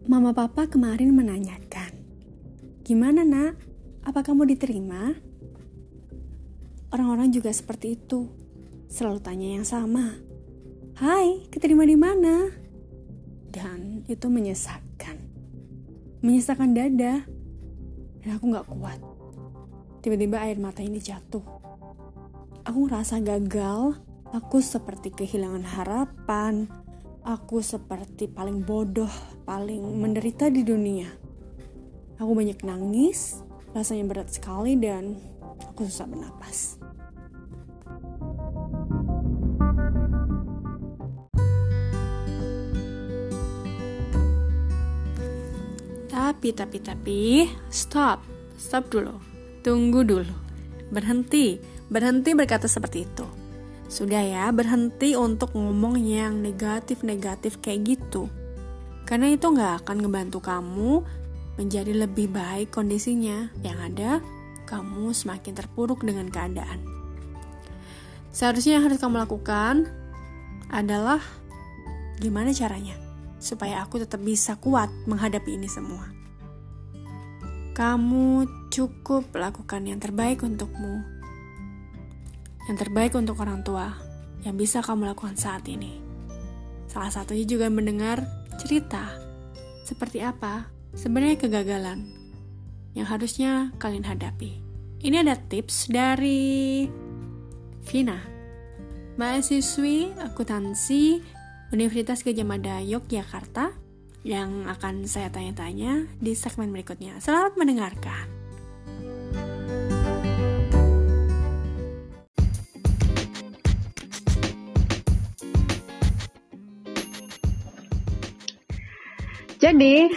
Mama Papa kemarin menanyakan, "Gimana nak? Apa kamu diterima?" Orang-orang juga seperti itu, selalu tanya yang sama. "Hai, keterima di mana?" Dan itu menyesakkan dada. Dan aku gak kuat. Tiba-tiba air mata ini jatuh. Aku ngerasa gagal. Aku seperti kehilangan harapan. Aku seperti paling bodoh, paling menderita di dunia. Aku banyak nangis, rasanya berat sekali dan aku susah bernapas. Tapi, stop dulu, tunggu dulu, berhenti berkata seperti itu. Sudah ya, berhenti untuk ngomong yang negatif-negatif kayak gitu. Karena itu gak akan ngebantu kamu menjadi lebih baik kondisinya. Yang ada, kamu semakin terpuruk dengan keadaan. Seharusnya yang harus kamu lakukan adalah gimana caranya supaya aku tetap bisa kuat menghadapi ini semua. Kamu cukup lakukan yang terbaik untukmu, yang terbaik untuk orang tua yang bisa kamu lakukan saat ini. Salah satunya juga mendengar cerita seperti apa sebenarnya kegagalan yang harusnya kalian hadapi. Ini ada tips dari Vina, mahasiswi akuntansi Universitas Gadjah Mada Yogyakarta, yang akan saya tanya-tanya di segmen berikutnya. Selamat mendengarkan. Jadi,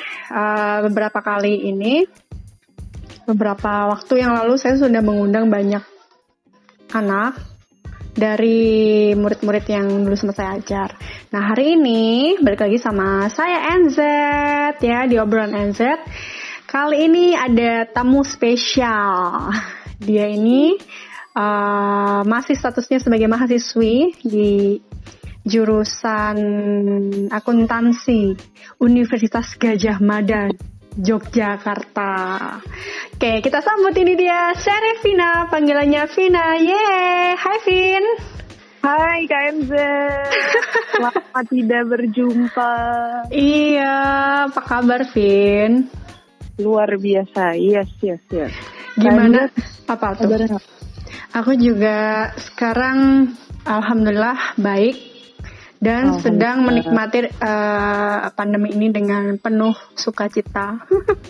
beberapa waktu yang lalu saya sudah mengundang banyak anak dari murid-murid yang dulu sempat saya ajar. Nah, hari ini balik lagi sama saya NZ ya, di obrolan NZ. Kali ini ada tamu spesial. Dia ini masih statusnya sebagai mahasiswi di jurusan akuntansi Universitas Gadjah Mada Yogyakarta. Oke, kita sambut ini dia, Serevina, panggilannya Vina. Yeay, hai Vin. Hai KMZ, lama tidak berjumpa. Iya, apa kabar Vin? Luar biasa, yes. Gimana? Apa tuh? Kabarnya? Aku juga sekarang alhamdulillah baik dan sedang menikmati pandemi ini dengan penuh sukacita.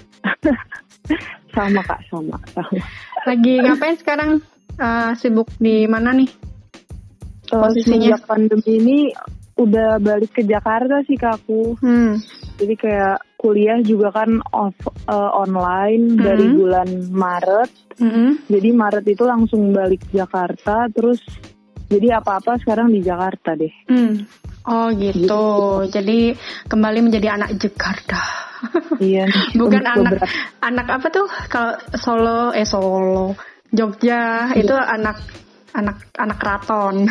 Sama Kak, sama. Lagi ngapain sekarang? Sibuk di mana nih? Posisinya? Sejak pandemi ini udah balik ke Jakarta sih Kak aku. Jadi kayak kuliah juga kan online dari bulan Maret. Jadi Maret itu langsung balik Jakarta, terus jadi apa-apa sekarang di Jakarta deh. Oh gitu. Jadi kembali menjadi anak Jakarta. Iya. Bukan anak apa tuh? Kalau Solo, Jogja itu anak keraton.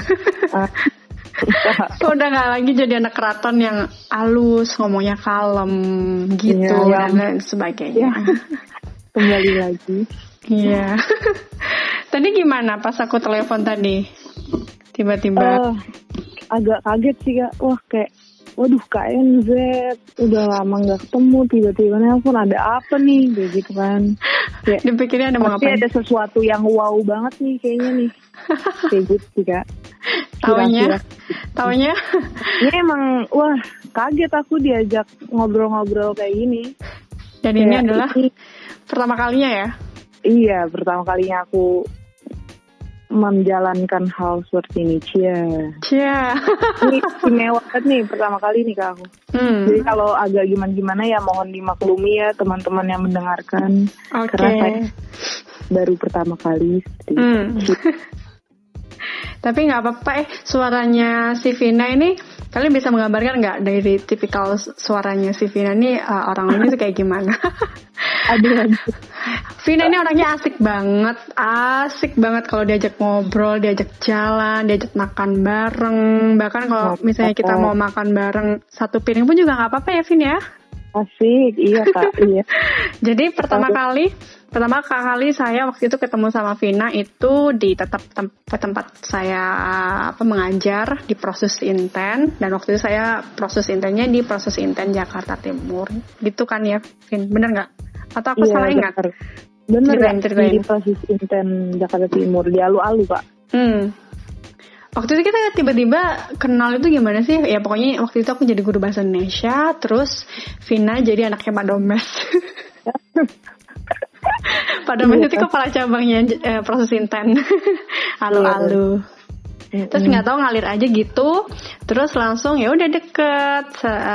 Udah nggak lagi jadi anak keraton yang halus, ngomongnya kalem gitu dan lain sebagainya. Kembali lagi. Iya. Tadi gimana pas aku telepon tadi? Tiba-tiba. Agak kaget sih Kak. Wah kayak, waduh KNZ udah lama nggak ketemu, tiba-tiba nelfon, ada apa nih, kayak gitu kan. Kayak, dipikirnya ada mau ngapain? Ada sesuatu yang wow banget nih kayaknya nih. Kayak gitu sih Kak. Taunya? Ini emang wah kaget aku diajak ngobrol-ngobrol kayak gini. Dan kayak ini adalah pertama kalinya ya? Iya, pertama kalinya aku menjalankan hal seperti ini. Cia. Ini istimewa banget nih, pertama kali nih Kak aku. Jadi kalau agak gimana-gimana ya mohon dimaklumi ya teman-teman yang mendengarkan. Karena saya baru pertama kali. Tapi nggak apa-apa suaranya si Vina ini, kalian bisa menggambarkan nggak dari tipikal suaranya si Vina ini orangnya itu kayak gimana? Aduh. Vina ini orangnya asik banget kalau diajak ngobrol, diajak jalan, diajak makan bareng. Bahkan kalau misalnya kita mau makan bareng satu piring pun juga nggak apa-apa ya Vin ya? Asik, iya Kak, iya. Jadi pertama kali saya waktu itu ketemu sama Vina itu di tempat saya mengajar di Proses Inten, dan waktu itu saya proses intennya di Proses Inten Jakarta Timur. Gitu kan ya, Vin? Bener nggak? Atau aku salah ingat? Bener di Proses Inten Jakarta Timur, di Alu-Alu Kak. Waktu itu kita tiba-tiba kenal itu gimana sih? Ya pokoknya waktu itu aku jadi guru bahasa Indonesia, terus Vina jadi anaknya Pak Domes. Pak Domes itu kepala cabangnya Proses Inten. Alu-alu. Terus nggak tahu ngalir aja gitu, terus langsung ya udah deket.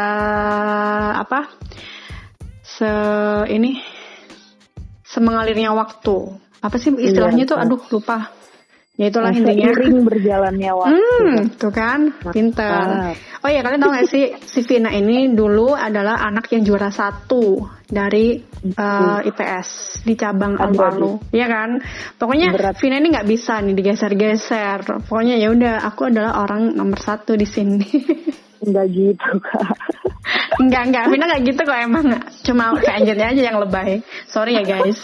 Semengalirnya waktu. Apa sih istilahnya tuh? Aduh lupa. Ya itulah intinya. Seiring berjalannya waktu. Tuh kan, pinter. Oh iya, kalian tahu gak sih, si Vina ini dulu adalah anak yang juara 1 dari IPS di cabang Alu-Alu. Iya kan? Pokoknya Vina ini nggak bisa nih digeser-geser. Pokoknya ya udah, aku adalah orang nomor 1 di sini. Enggak gitu Kak. Enggak, Vina nggak gitu kok emang. Cuma kanjutnya aja yang lebay. Sorry ya guys.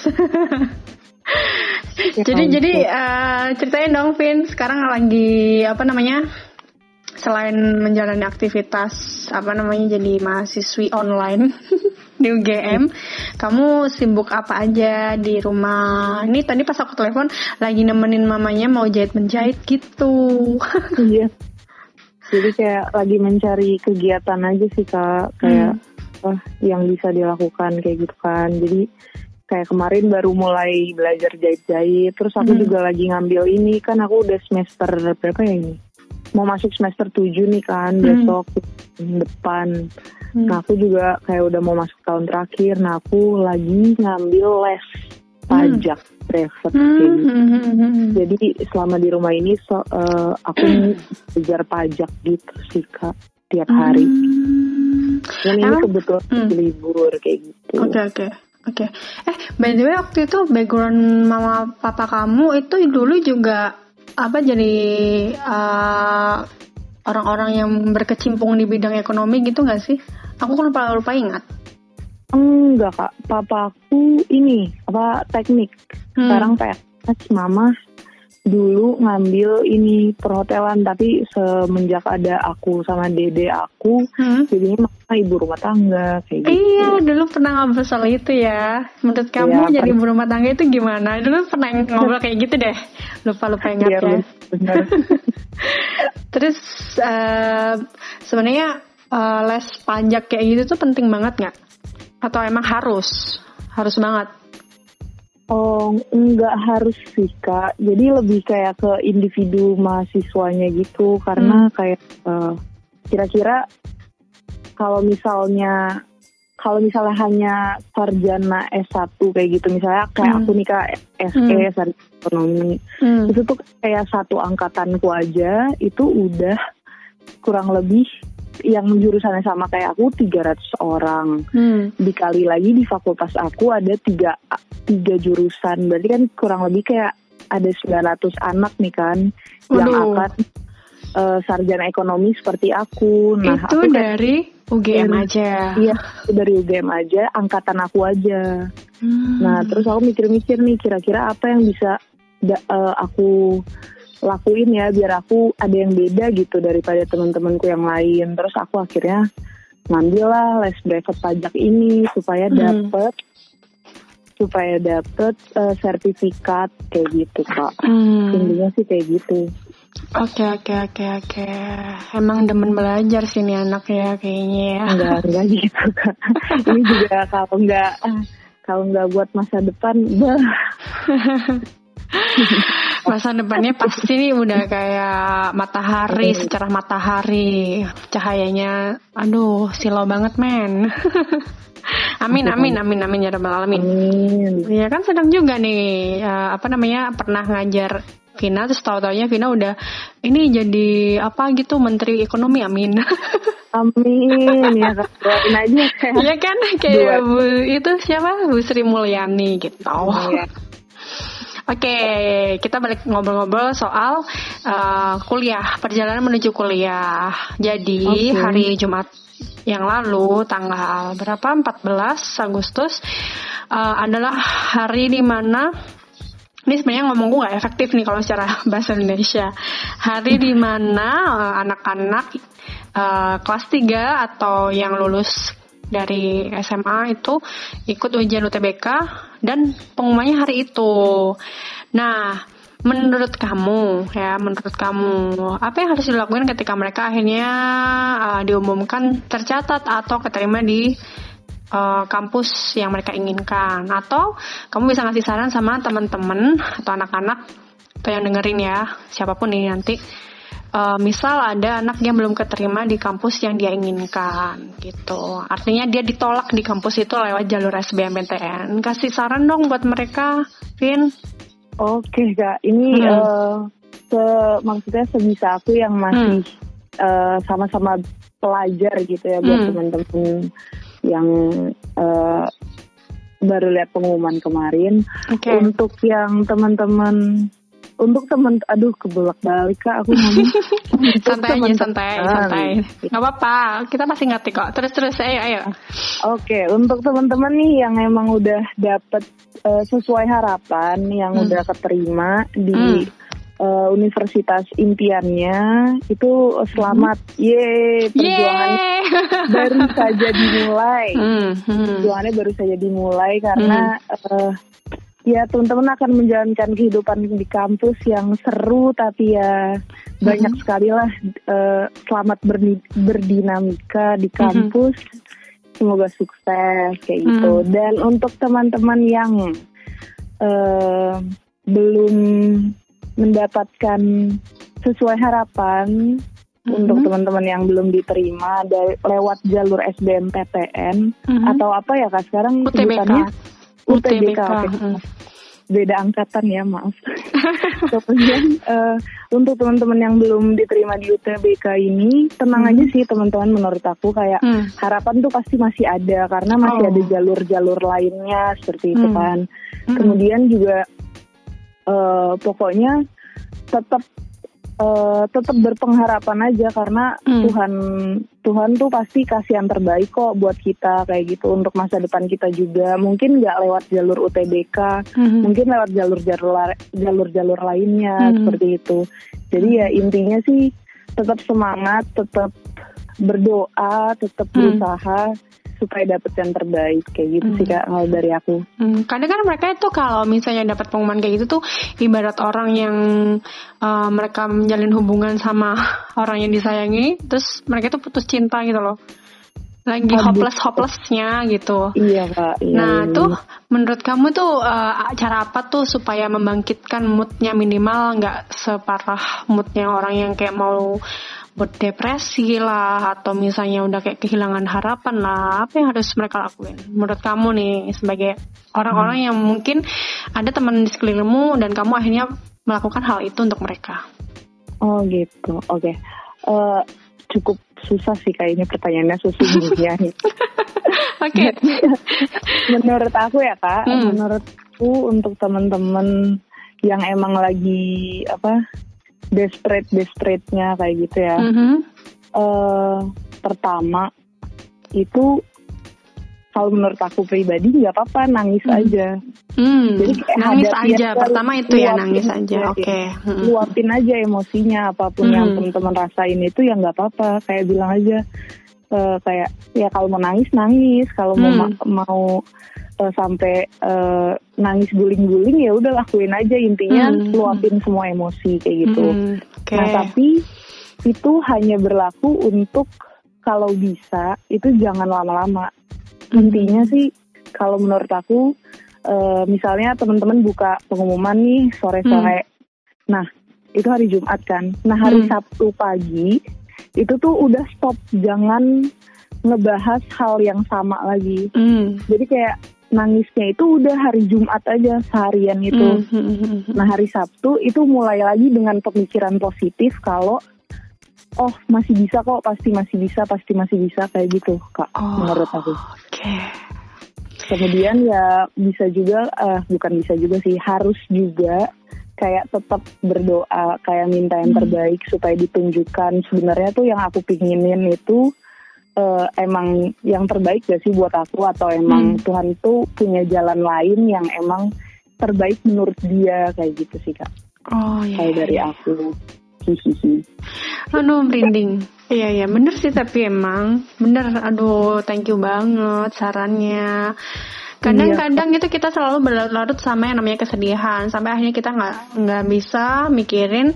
Jadi ceritain dong Vin, sekarang lagi selain menjalani aktivitas jadi mahasiswi online di UGM, kamu sibuk apa aja di rumah? Ini tadi pas aku telepon lagi nemenin mamanya mau menjahit gitu. Iya. Jadi kayak lagi mencari kegiatan aja sih Kak, kayak yang bisa dilakukan kayak gitu kan. Jadi kayak kemarin baru mulai belajar jahit-jahit, terus aku juga lagi ngambil ini, kan aku udah semester berapa ya ini? Mau masuk semester 7 nih kan, besok depan. Nah aku juga kayak udah mau masuk tahun terakhir, nah aku lagi ngambil les pajak private kayak gitu. Jadi selama di rumah ini aku belajar pajak gitu sih Kak, tiap hari. Dan ini kebetulan libur kayak gitu. Oke. By the way, waktu itu background mama papa kamu itu dulu juga jadi orang-orang yang berkecimpung di bidang ekonomi gitu nggak sih? Aku kan lupa ingat. Enggak Kak, papaku ini teknik. Sekarang PNS, mama dulu ngambil ini perhotelan, tapi semenjak ada aku sama dede aku, jadinya mama ibu rumah tangga kayak gitu. Iya, dulu pernah ngobrol soal itu ya. Menurut kamu jadi ibu rumah tangga itu gimana? Dulu pernah ngobrol kayak gitu deh. Lupa ingat ya. Benar. Terus sebenarnya les pajak kayak gitu tuh penting banget nggak? Atau emang harus banget? Oh, enggak harus sih Kak. Jadi lebih kayak ke individu mahasiswanya gitu. Karena kayak kira-kira kalau misalnya hanya sarjana S1 kayak gitu, misalnya kayak aku nih Kak, SE, sarjana ekonomi, itu tuh kayak satu angkatanku aja itu udah kurang lebih yang jurusannya sama kayak aku 300 orang. Dikali lagi di fakultas aku ada 3 jurusan. Berarti kan kurang lebih kayak ada 900 anak nih kan yang akan sarjana ekonomi seperti aku. Nah, itu aku dari UGM aja. Iya, dari UGM aja, angkatan aku aja. Nah, terus aku mikir-mikir nih kira-kira apa yang bisa aku lakuin ya biar aku ada yang beda gitu daripada teman-temanku yang lain. Terus aku akhirnya ngambil lah les private pajak ini supaya dapet sertifikat kayak gitu Kak. Intinya sih kayak gitu. Oke. Emang demen belajar sih nih anak ya kayaknya ya. Enggak gitu Kak. Ini juga kalau nggak buat masa depan, masa depannya pasti nih udah kayak matahari, secerah matahari, cahayanya, aduh silau banget men. Amin ya rabbal alamin. Ya kan sedang juga nih pernah ngajar Vina, terus tahu-taunya Vina udah ini jadi menteri ekonomi, amin. Amin ya, doain aja. Iya kan kayak Bu Sri Mulyani gitu. Oke, kita balik ngobrol-ngobrol soal kuliah, perjalanan menuju kuliah. Jadi hari Jumat yang lalu, tanggal berapa? 14 Agustus adalah hari dimana, ini sebenarnya ngomongku gak efektif nih kalau secara bahasa Indonesia. Hari dimana anak-anak kelas 3 atau yang lulus dari SMA itu ikut ujian UTBK dan pengumumannya hari itu. Nah, menurut kamu, apa yang harus dilakukan ketika mereka akhirnya diumumkan tercatat atau keterima di kampus yang mereka inginkan? Atau kamu bisa ngasih saran sama teman-teman atau anak-anak atau yang dengerin ya, siapapun ini nanti. Misal ada anak yang belum keterima di kampus yang dia inginkan gitu. Artinya dia ditolak di kampus itu lewat jalur SBMPTN. Kasih saran dong buat mereka, Vin. Oke Kak, ini maksudnya sebisa aku yang masih sama-sama pelajar gitu ya, buat teman-teman yang baru lihat pengumuman kemarin. Untuk yang teman-teman, kebolak balik Kak, aku ngomong. santai. Nggak apa-apa, kita masih ngerti kok. Terus, ayo. Oke, untuk teman-teman nih yang emang udah dapet sesuai harapan, yang udah keterima di universitas impiannya, itu selamat. Perjuangannya baru saja dimulai. Perjuangannya baru saja dimulai karena ya teman-teman akan menjalankan kehidupan di kampus yang seru, tapi ya banyak sekali lah. Selamat berdinamika di kampus, semoga sukses kayak gitu. Dan untuk teman-teman yang belum mendapatkan sesuai harapan, untuk teman-teman yang belum diterima lewat jalur SBMPTN atau apa ya Kak sekarang sebutannya? UTBK. Beda angkatan ya, maaf. Kemudian untuk teman-teman yang belum diterima di UTBK ini, tenang aja sih teman-teman, menurut aku kayak harapan tuh pasti masih ada karena masih ada jalur-jalur lainnya seperti itu kan. Kemudian juga pokoknya tetap berpengharapan aja karena Tuhan tuh pasti kasih yang terbaik kok buat kita kayak gitu, untuk masa depan kita juga. Mungkin nggak lewat jalur UTBK, mungkin lewat jalur lainnya seperti itu. Jadi ya intinya sih tetap semangat, tetap berdoa, tetap berusaha supaya dapet yang terbaik kayak gitu sih Kak, kalau dari aku. Kadang kan mereka itu kalau misalnya dapat pengumuman kayak gitu tuh ibarat orang yang mereka menjalin hubungan sama orang yang disayangi, terus mereka tuh putus cinta gitu loh, lagi hopelessnya gitu. Iya Kak. Nah tuh menurut kamu tuh cara apa tuh supaya membangkitkan moodnya, minimal nggak separah moodnya orang yang kayak mau berdepresi lah, atau misalnya udah kayak kehilangan harapan lah. Apa yang harus mereka lakuin menurut kamu nih, sebagai orang-orang yang mungkin ada teman di sekelilingmu dan kamu akhirnya melakukan hal itu untuk mereka? Oh gitu, oke. Cukup susah sih kayaknya pertanyaannya, sesungguhnya. Oke. Menurut aku ya Kak, menurutku untuk teman-teman yang emang lagi desperate-nya kayak gitu ya. Pertama itu, kalau menurut aku pribadi nggak apa-apa, nangis aja. Jadi kayak nangis aja. Pertama itu ya nangis aja. Oke. Luapin aja emosinya, apapun yang teman-teman rasain itu ya nggak apa-apa. Kayak bilang aja, kayak ya kalau mau nangis, kalau mau sampai nangis guling-guling ya udah lakuin aja, intinya luapin semua emosi kayak gitu. Nah tapi itu hanya berlaku untuk kalau bisa itu jangan lama-lama. Intinya sih kalau menurut aku, misalnya teman-teman buka pengumuman nih sore-sore, nah itu hari Jumat kan, nah hari Sabtu pagi itu tuh udah stop, jangan ngebahas hal yang sama lagi. Jadi kayak nangisnya itu udah hari Jumat aja seharian itu. Nah hari Sabtu itu mulai lagi dengan pemikiran positif kalau masih bisa kok, pasti masih bisa kayak gitu Kak, menurut aku. Kemudian ya bisa juga, bukan bisa juga sih, harus juga kayak tetap berdoa, kayak minta yang terbaik supaya ditunjukkan sebenarnya tuh yang aku pinginin itu emang yang terbaik gak sih buat aku, atau emang Tuhan tuh punya jalan lain yang emang terbaik menurut dia, kayak gitu sih Kak. Oh iya. Kayak dari aku. Aduh merinding. Iya bener sih, tapi emang bener. Aduh thank you banget sarannya. Kadang-kadang itu kita selalu berlarut-larut sama yang namanya kesedihan, sampai akhirnya kita nggak bisa mikirin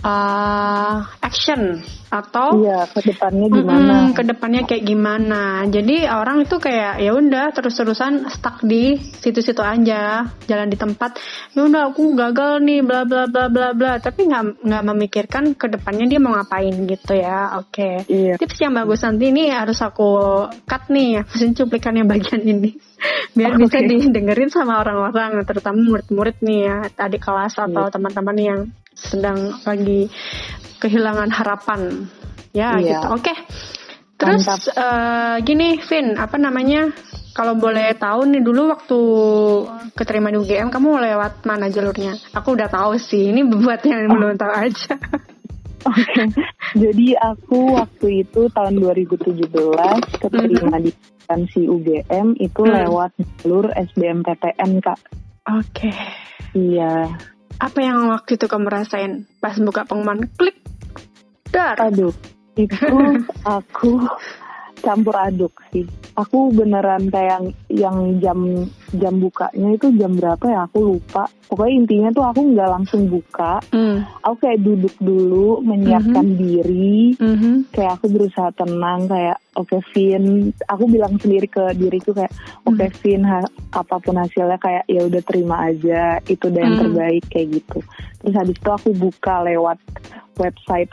action atau kedepannya gimana, kedepannya kayak gimana. Jadi orang itu kayak ya udah terus-terusan stuck di situ-situ aja, jalan di tempat. Ya udah aku gagal nih, bla bla bla bla bla. Tapi nggak memikirkan kedepannya dia mau ngapain gitu ya. Oke. Tips yang bagus, nanti ini harus aku cut nih, maksudnya cuplikannya bagian ini. Biar bisa didengerin sama orang-orang, terutama murid-murid nih ya, adik kelas atau teman-teman yang sedang lagi kehilangan harapan ya gitu. Oke. Terus gini Vin, apa namanya, kalau boleh tahu nih, dulu waktu keterima di UGM kamu lewat mana jalurnya? Aku udah tahu sih, ini buat yang belum tahu aja. Oke. Jadi aku waktu itu tahun 2017 keterima di instansi UGM itu lewat jalur SBMPTN Kak. Oke. Iya. Apa yang waktu itu kamu rasain pas buka pengumuman, klik, dar? Aduh, itu aku campur aduk sih. Aku beneran kayak yang jam bukanya itu jam berapa ya, aku lupa. Pokoknya intinya tuh aku nggak langsung buka. Aku kayak duduk dulu, menyiapkan diri. Kayak aku berusaha tenang, kayak oke, Vin. Aku bilang sendiri ke diriku kayak oke, Vin, apapun hasilnya kayak ya udah terima aja, itu udah yang terbaik kayak gitu. Terus habis itu aku buka lewat website,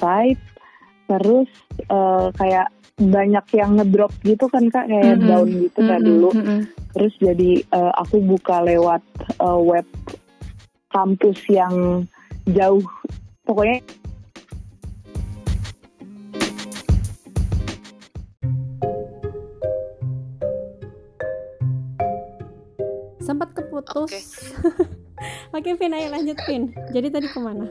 terus kayak banyak yang ngedrop gitu kan Kak, kayak down gitu kan dulu. Terus jadi aku buka lewat web kampus yang jauh, pokoknya sempat keputus. Oke Vin, ayo lanjut Vin. Jadi tadi kemana?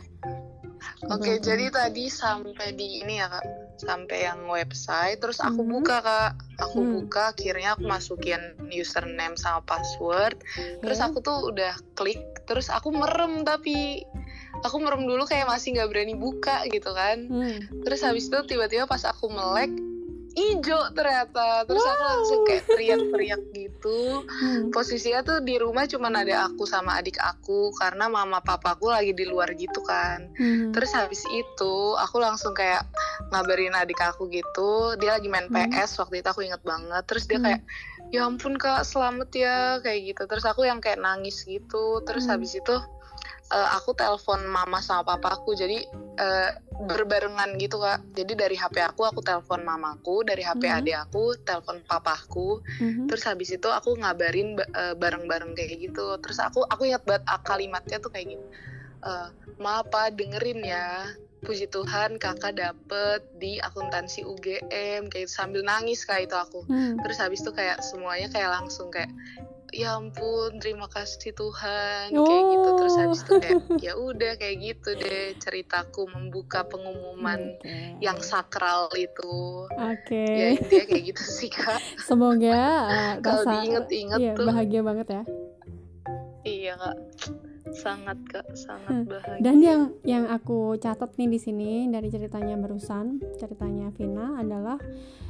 Oke, jadi tadi sampai di ini ya Kak, sampai yang website, terus aku buka Kak, buka, akhirnya aku masukin username sama password, terus aku tuh udah klik, terus aku merem, tapi aku merem dulu kayak masih nggak berani buka gitu kan, terus habis itu tiba-tiba pas aku melek, ijo ternyata, terus aku langsung kayak teriak-teriak gitu. Posisinya tuh di rumah cuman ada aku sama adik aku karena mama papaku lagi di luar gitu kan. Terus habis itu aku langsung kayak ngabarin adik aku gitu, dia lagi main PS waktu itu, aku inget banget. Terus dia kayak, ya ampun Kak, selamat ya, kayak gitu. Terus aku yang kayak nangis gitu. Terus habis itu aku telepon mama sama papaku, jadi berbarengan gitu Kak. Jadi dari HP aku telepon mamaku, dari HP adik aku telepon papaku. Terus habis itu aku ngabarin bareng-bareng kayak gitu. Terus aku ingat banget kalimatnya tuh kayak gini, Ma, Pa, dengerin ya, puji Tuhan kakak dapet di akuntansi UGM, kayak sambil nangis kayak itu aku. Terus habis itu kayak semuanya kayak langsung kayak, ya ampun, terima kasih Tuhan, kayak gitu. Terus habis itu kayak ya udah kayak gitu deh ceritaku membuka pengumuman yang sakral itu. Ya intinya kayak gitu sih Kak. Semoga kalau diinget-inget tuh bahagia banget ya. Iya Kak, sangat Kak, sangat bahagia. Dan yang aku catat nih di sini dari ceritanya barusan, ceritanya Vina adalah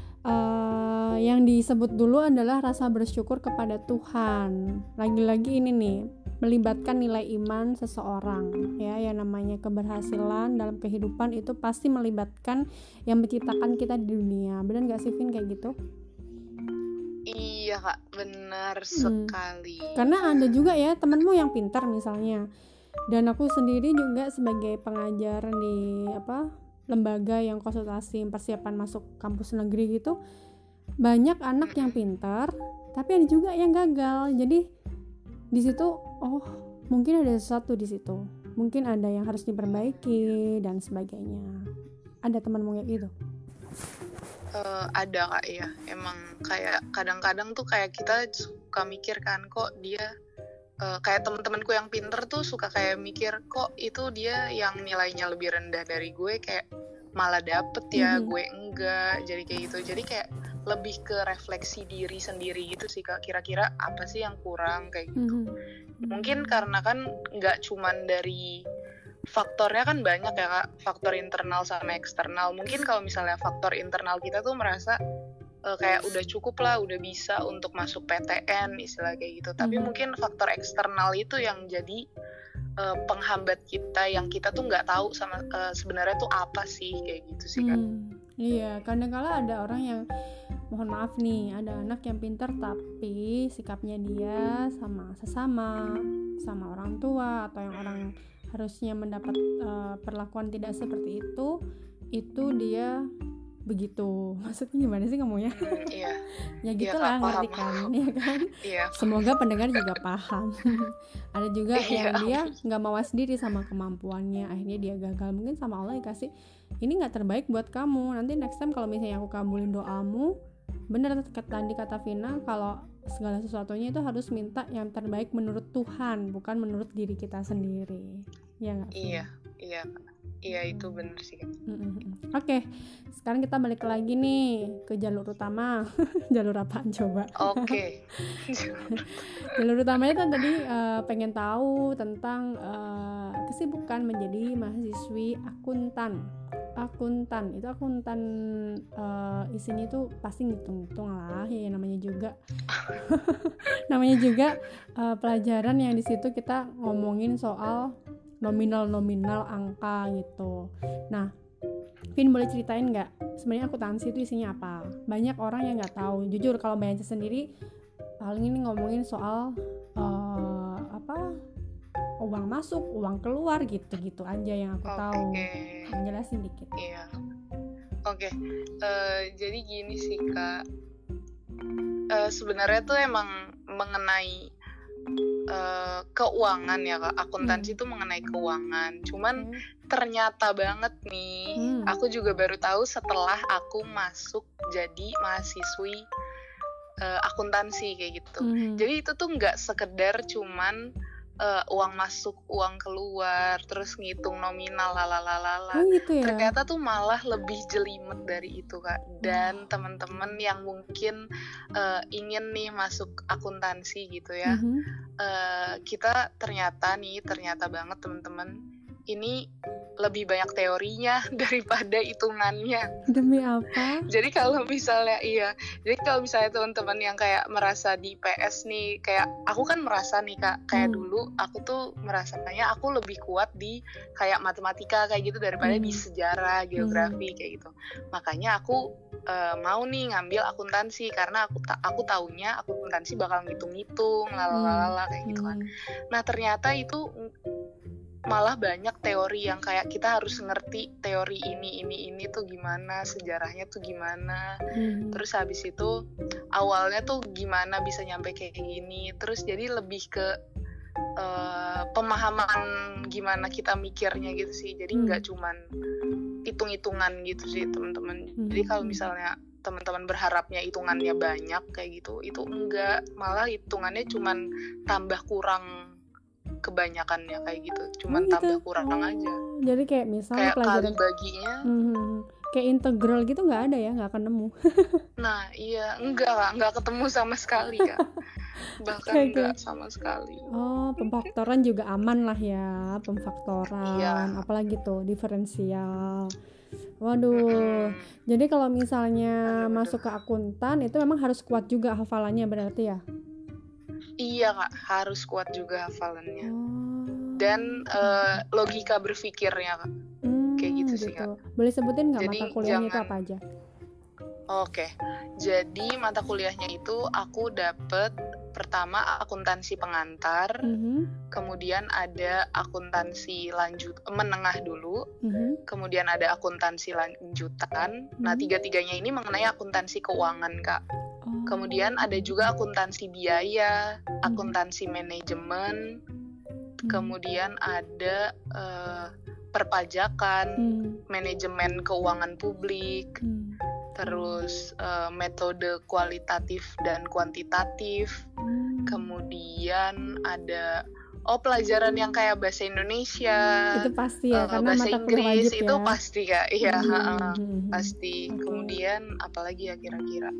yang disebut dulu adalah rasa bersyukur kepada Tuhan. Lagi-lagi ini nih melibatkan nilai iman seseorang ya, yang namanya keberhasilan dalam kehidupan itu pasti melibatkan yang menciptakan kita di dunia. Benar nggak sih Vin kayak gitu? Iya Kak, benar sekali. Karena ada juga ya temanmu yang pintar misalnya, dan aku sendiri juga sebagai pengajar di lembaga yang konsultasi persiapan masuk kampus negeri gitu, banyak anak yang pintar tapi ada juga yang gagal. Jadi di situ mungkin ada sesuatu di situ, mungkin ada yang harus diperbaiki dan sebagainya. Ada temanmu kayak gitu? Ada Kak, ya. Emang kayak kadang-kadang tuh kayak kita suka mikir kan, kok dia kayak teman-temanku yang pinter tuh suka kayak mikir, kok itu dia yang nilainya lebih rendah dari gue kayak malah dapet ya, gue enggak. Jadi kayak gitu. Jadi kayak lebih ke refleksi diri sendiri gitu sih Kak. Kira-kira apa sih yang kurang kayak gitu. Mungkin karena kan nggak cuman dari faktornya kan banyak ya Kak, faktor internal sama eksternal. Mungkin kalau misalnya faktor internal kita tuh merasa kayak udah cukup lah, udah bisa untuk masuk PTN istilah kayak gitu. Tapi mungkin faktor eksternal itu yang jadi penghambat kita, yang kita tuh nggak tahu sama sebenarnya tuh apa sih kayak gitu sih Kak. Iya, kadang-kala ada orang yang, mohon maaf nih, ada anak yang pintar tapi sikapnya dia sama sesama, sama orang tua atau yang orang harusnya mendapat perlakuan tidak seperti itu dia begitu. Maksudnya gimana sih ngomongnya? Iya. Ya gitulah, ngerti kan, ya kan? Iya. Semoga pendengar juga paham. Ada juga yang dia nggak mawas diri sama kemampuannya, akhirnya dia gagal. Mungkin sama Allah dikasih, ini nggak terbaik buat kamu. Nanti next time kalau misalnya aku kabulin doamu, bener tadi kata Vina, kalau segala sesuatunya itu harus minta yang terbaik menurut Tuhan, bukan menurut diri kita sendiri. Ya nggak? Iya itu bener sih. Oke, sekarang kita balik lagi nih ke jalur utama. Jalur apaan coba? Oke. Jalur utamanya kan tadi pengen tahu tentang kesibukan menjadi mahasiswi akuntan. Itu akuntan isinya tuh pasti ngitung-ngitung lah ya, namanya juga pelajaran yang di situ kita ngomongin soal nominal angka gitu. Nah, Vin boleh ceritain nggak sebenarnya akuntansi itu isinya apa? Banyak orang yang nggak tahu. Jujur kalau Mbak Yance sendiri paling ini ngomongin soal uang masuk, uang keluar gitu aja yang aku tahu. Jelasin dikit. Iya. Oke. Jadi gini sih Kak. Sebenarnya tuh emang mengenai keuangan ya Kak. Akuntansi itu mengenai keuangan. Cuman ternyata banget nih, aku juga baru tahu setelah aku masuk jadi mahasiswi akuntansi kayak gitu. Jadi itu tuh nggak sekedar cuman uang masuk, uang keluar, terus ngitung nominal lalalala. Gitu ya? Ternyata tuh malah lebih jelimet dari itu Kak. Dan teman-teman yang mungkin ingin nih masuk akuntansi gitu ya, kita ternyata banget teman-teman, ini lebih banyak teorinya daripada hitungannya. Demi apa? Jadi kalau misalnya teman-teman yang kayak merasa di PS nih, kayak aku kan merasa nih Kak, kayak dulu aku tuh merasanya aku lebih kuat di kayak matematika kayak gitu daripada di sejarah, geografi kayak gitu. Makanya aku mau nih ngambil akuntansi karena aku taunya akuntansi bakal ngitung-ngitung lalala kayak gitu kan. Nah, ternyata itu malah banyak teori yang kayak kita harus ngerti teori ini tuh gimana, sejarahnya tuh gimana, terus habis itu awalnya tuh gimana bisa nyampe kayak gini, terus jadi lebih ke pemahaman gimana kita mikirnya gitu sih. Jadi nggak cuman hitung-hitungan gitu sih teman-teman. Jadi kalau misalnya teman-teman berharapnya hitungannya banyak kayak gitu, itu enggak, malah hitungannya cuman tambah kurang kebanyakannya kayak gitu, cuman gitu? tambah kurang aja. Jadi kayak misalnya kayak pelajaran kali baginya kayak integral gitu nggak ada ya, nggak ketemu. Nah iya, nggak ketemu sama sekali Kak. Bahkan nggak sama sekali. Oh, pemfaktoran juga aman lah ya, pemfaktoran. Iya. Apalagi tuh diferensial. Waduh. Jadi kalau misalnya masuk ke akuntan itu memang harus kuat juga hafalannya berarti ya? Iya Kak, harus kuat juga hafalannya. Dan logika berpikirnya Kak. Kayak gitu sih Kak. Boleh sebutin nggak mata kuliahnya itu apa aja? Oke, jadi mata kuliahnya itu aku dapet pertama akuntansi pengantar, kemudian ada akuntansi menengah dulu, kemudian ada akuntansi lanjutan. Nah, tiga-tiganya ini mengenai akuntansi keuangan Kak. Kemudian ada juga akuntansi biaya, akuntansi manajemen, kemudian ada perpajakan, manajemen keuangan publik, terus metode kualitatif dan kuantitatif. Kemudian ada pelajaran yang kayak bahasa Indonesia, itu pasti ya, karena bahasa mata Inggris wajib itu ya. pasti Kak. Iya, pasti. Okay. Kemudian apalagi ya kira-kira?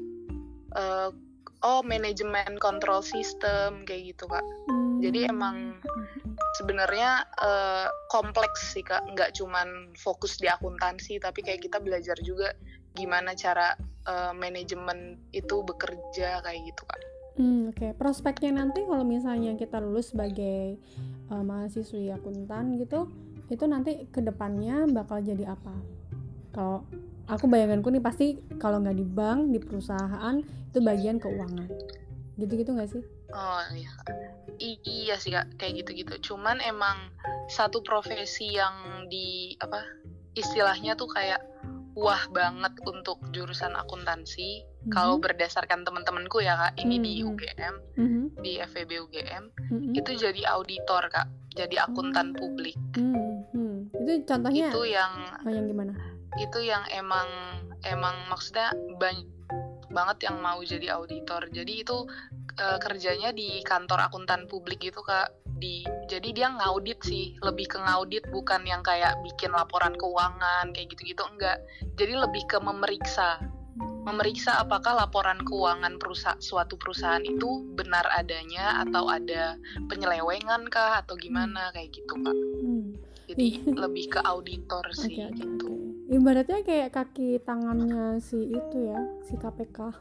Manajemen kontrol sistem kayak gitu Kak. Jadi emang sebenarnya kompleks sih Kak, nggak cuman fokus di akuntansi, tapi kayak kita belajar juga gimana cara manajemen itu bekerja kayak gitu Kak. Oke. Prospeknya nanti kalau misalnya kita lulus sebagai mahasiswi akuntan gitu, itu nanti kedepannya bakal jadi apa? Kalau aku bayanganku nih pasti kalau nggak di bank, di perusahaan, itu bagian keuangan. Gitu-gitu nggak sih? Oh iya, iya sih Kak, kayak gitu-gitu. Cuman emang satu profesi yang istilahnya tuh kayak wah banget untuk jurusan akuntansi. Kalau berdasarkan teman-temanku ya Kak, ini di UGM, di FEB UGM, itu jadi auditor Kak, jadi akuntan publik. Itu contohnya? Itu yang gimana? Itu yang emang maksudnya banyak banget yang mau jadi auditor. Jadi itu kerjanya di kantor akuntan publik gitu Kak. Jadi dia ngaudit sih, lebih ke ngaudit, bukan yang kayak bikin laporan keuangan kayak gitu-gitu, enggak. Jadi lebih ke memeriksa apakah laporan keuangan suatu perusahaan itu benar adanya atau ada penyelewengan kah atau gimana kayak gitu Kak. Jadi lebih ke auditor sih gitu. Ibaratnya kayak kaki tangannya si itu ya, si KPK.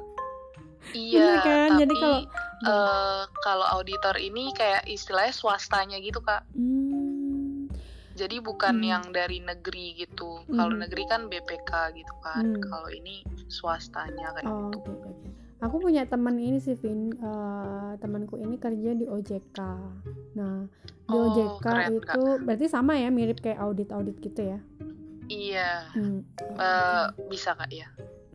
Iya, kan? tapi jadi kalau auditor ini kayak istilahnya swastanya gitu Kak. Jadi bukan yang dari negeri gitu. Kalau negeri kan BPK gitu kan. Kalau ini swastanya kayak gitu. Okay. Aku punya teman ini sih, Vin. Temanku ini kerja di OJK. Nah, di OJK keren, itu Kak. Berarti sama ya, mirip kayak audit gitu ya? Iya. Bisa Kak ya.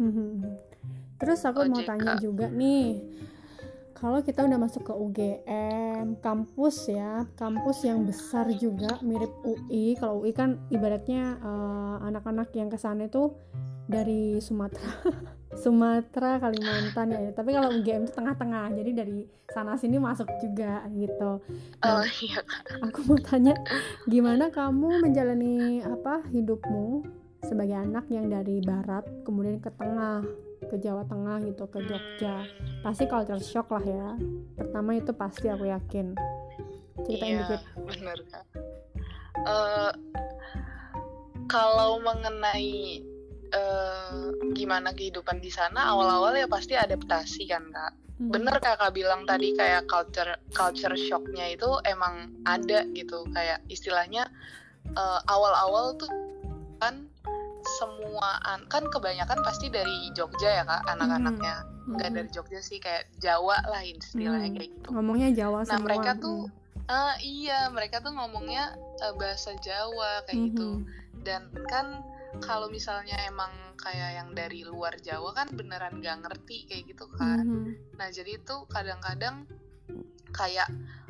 Terus aku mau tanya juga nih, kalau kita udah masuk ke UGM, kampus yang besar juga, mirip UI. Kalau UI kan ibaratnya anak-anak yang kesana itu dari Sumatera, Kalimantan ya. Tapi kalau UGM itu tengah-tengah, jadi dari sana sini masuk juga gitu. Nah, iya. Aku mau tanya, gimana kamu menjalani hidupmu sebagai anak yang dari barat kemudian ke tengah, ke Jawa Tengah gitu, ke Jogja. Pasti culture shock lah ya. Pertama itu pasti, aku yakin. Ceritain dikit. Iya, bener Kak. Kalau mengenai gimana kehidupan di sana, awal-awal ya pasti adaptasi kan Kak. Bener Kakak bilang tadi, kayak culture shocknya itu emang ada gitu. Kayak istilahnya awal-awal tuh kan semua kan kebanyakan pasti dari Jogja ya Kak, anak-anaknya. Nggak dari Jogja sih, kayak Jawa lah istilahnya kayak gitu. Ngomongnya Jawa semua. Nah mereka tuh mereka tuh ngomongnya bahasa Jawa kayak gitu. Dan kan kalau misalnya emang kayak yang dari luar Jawa kan beneran nggak ngerti kayak gitu kan. Nah jadi itu kadang-kadang kayak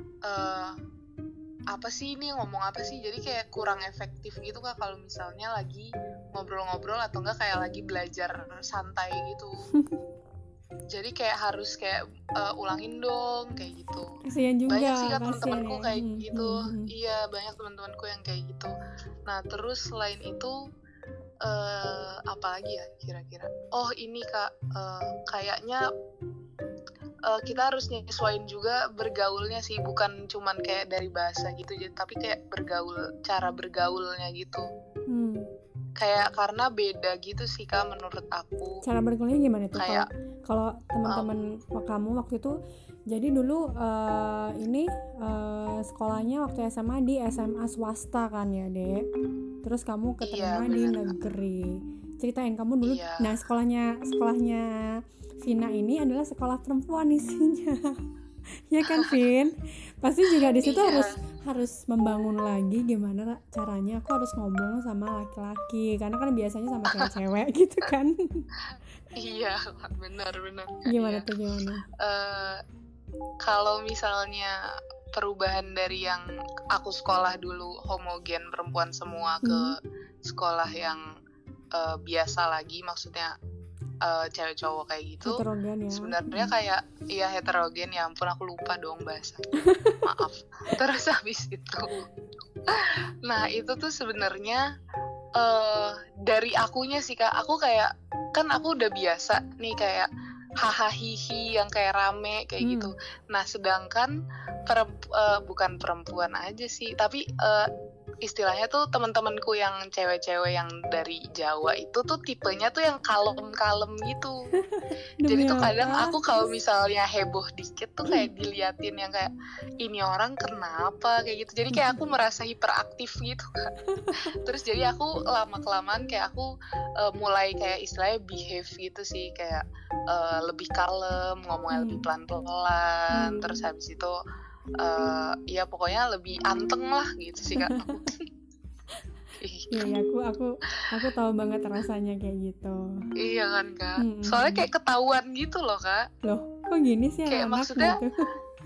apa sih ini, ngomong apa sih, jadi kayak kurang efektif gitu Kak kalau misalnya lagi ngobrol-ngobrol atau enggak kayak lagi belajar santai gitu. Jadi kayak harus kayak ulangin dong kayak gitu. Kasian juga, banyak sih Kak teman-temanku kayak gitu. Iya, banyak teman-temanku yang kayak gitu. Nah terus selain itu apa lagi ya kira-kira, ini Kak, kayaknya kita harus nyesuaiin juga bergaulnya sih, bukan cuman kayak dari bahasa gitu, tapi kayak cara bergaulnya gitu. Kayak karena beda gitu sih Kak menurut aku. Cara bergaulnya gimana tuh? Kayak kalau teman-teman kamu waktu itu, jadi dulu sekolahnya waktu SMA di SMA swasta kan ya Dek. Terus kamu keterima di negeri. Ceritain kamu dulu. Nah sekolahnya Vina ini adalah sekolah perempuan isinya. Ya kan Vin? Pasti juga di situ harus membangun lagi gimana caranya aku harus ngomong sama laki-laki, karena kan biasanya sama cewek-cewek gitu kan. Iya, benar. Gimana tuh gimana? Kalau misalnya perubahan dari yang aku sekolah dulu homogen perempuan semua ke sekolah yang biasa lagi, maksudnya cewek cowok kayak gitu. Heterogen ya. Sebenarnya kayak iya heterogen, ya ampun aku lupa dong bahasa. Maaf. Terus habis itu nah itu tuh sebenarnya dari akunya sih Kak, aku kayak kan aku udah biasa nih kayak hahaha hihi yang kayak rame kayak gitu. Nah sedangkan bukan perempuan aja sih, tapi istilahnya tuh teman-temanku yang cewek-cewek yang dari Jawa itu tuh tipenya tuh yang kalem-kalem gitu. Jadi tuh kadang aku kalau misalnya heboh dikit tuh kayak diliatin yang kayak ini orang kenapa kayak gitu. Jadi kayak aku merasa hiperaktif gitu kan. Terus jadi aku lama-kelamaan kayak aku mulai kayak istilahnya behave gitu sih, kayak lebih kalem, ngomongnya lebih pelan-pelan. Terus habis itu ya pokoknya lebih anteng lah gitu sih Kak. Iya, aku tahu banget rasanya kayak gitu. Iya kan Kak. Soalnya kayak ketahuan gitu loh Kak. Loh, kok gini sih kayak anak maksudnya gitu?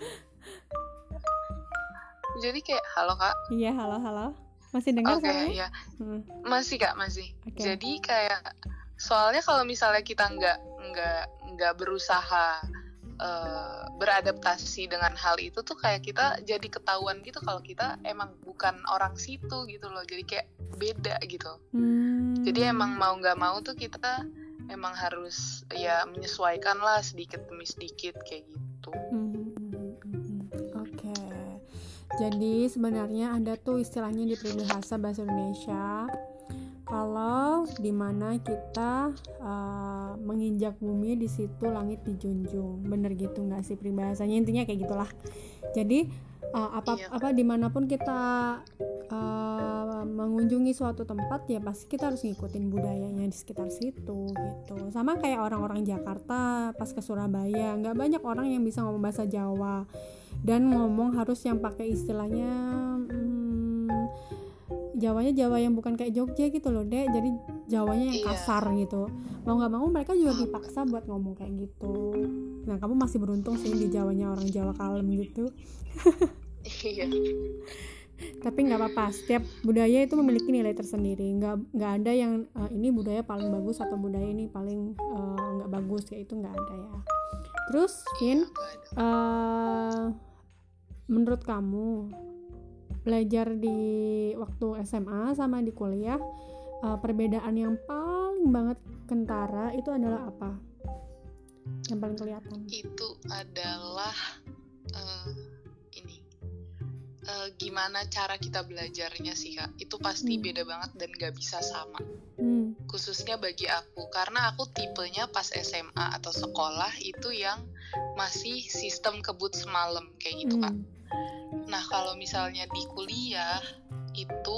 Jadi kayak halo Kak. Iya, halo. Masih dengar saya? Iya. Masih Kak, masih. Okay. Jadi kayak soalnya kalau misalnya kita nggak berusaha beradaptasi dengan hal itu tuh kayak kita jadi ketahuan gitu kalau kita emang bukan orang situ gitu loh, jadi kayak beda gitu. Jadi emang mau nggak mau tuh kita emang harus ya menyesuaikan lah sedikit demi sedikit kayak gitu. Oke. Jadi sebenarnya ada tuh istilahnya di peribahasa bahasa Indonesia, kalau dimana kita menginjak bumi di situ langit dijunjung. Bener gitu nggak sih peribahasanya? Intinya kayak gitulah. Jadi dimanapun kita mengunjungi suatu tempat ya pasti kita harus ngikutin budayanya di sekitar situ gitu. Sama kayak orang-orang Jakarta pas ke Surabaya, nggak banyak orang yang bisa ngomong bahasa Jawa dan ngomong harus yang pakai istilahnya Jawanya Jawa yang bukan kayak Jogja gitu loh Dek, jadi Jawanya yang kasar gitu. Mau nggak mau mereka juga dipaksa buat ngomong kayak gitu. Nah kamu masih beruntung sih di Jawanya orang Jawa kalem gitu. Iya. Tapi nggak apa-apa, setiap budaya itu memiliki nilai tersendiri. Nggak ada yang ini budaya paling bagus atau budaya ini paling nggak bagus, kayak itu nggak ada ya. Terus Vin, menurut kamu belajar di waktu SMA sama di kuliah, perbedaan yang paling banget kentara itu adalah apa? Yang paling kelihatan? Itu adalah gimana cara kita belajarnya sih Kak. Itu pasti beda banget dan gak bisa sama. Khususnya bagi aku, karena aku tipenya pas SMA atau sekolah itu yang masih sistem kebut semalam kayak gitu Kak. Nah kalau misalnya di kuliah itu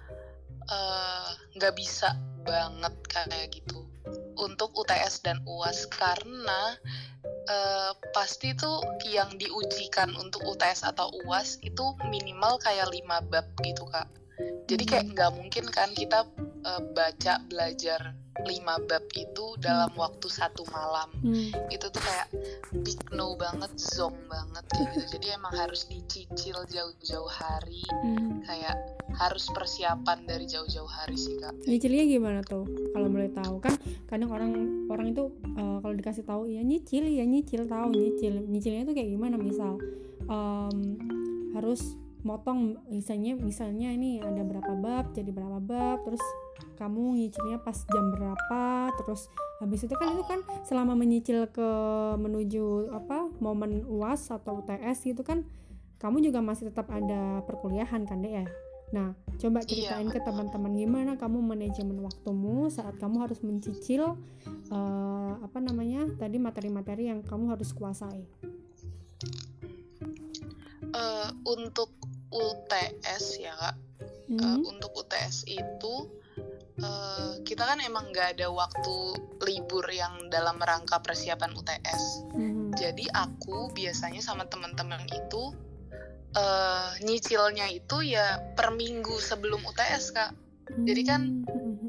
nggak bisa banget kayak gitu untuk UTS dan UAS, karena pasti tuh yang diujikan untuk UTS atau UAS itu minimal kayak 5 bab gitu Kak. Jadi kayak nggak mungkin kan kita belajar 5 bab itu dalam waktu 1 malam. Itu tuh kayak big no banget, zonk banget kayak gitu. Jadi emang harus dicicil jauh-jauh hari, kayak harus persiapan dari jauh-jauh hari sih Kak. Nyicilnya gimana tuh? Kalau boleh tahu kan kadang orang itu kalau dikasih tahu ya nyicil tahu nyicilnya itu kayak gimana? Misal harus motong misalnya ini ada berapa bab jadi berapa bab, terus kamu nyicilnya pas jam berapa, terus habis itu kan selama menyicil ke menuju momen UAS atau UTS gitu kan kamu juga masih tetap ada perkuliahan kan Dek ya. Nah coba ceritain ke teman-teman gimana kamu manajemen waktumu saat kamu harus mencicil tadi materi-materi yang kamu harus kuasai. Untuk UTS ya Kak, untuk UTS itu kita kan emang nggak ada waktu libur yang dalam rangka persiapan UTS. Jadi aku biasanya sama teman-teman itu nyicilnya itu ya per minggu sebelum UTS Kak. Jadi kan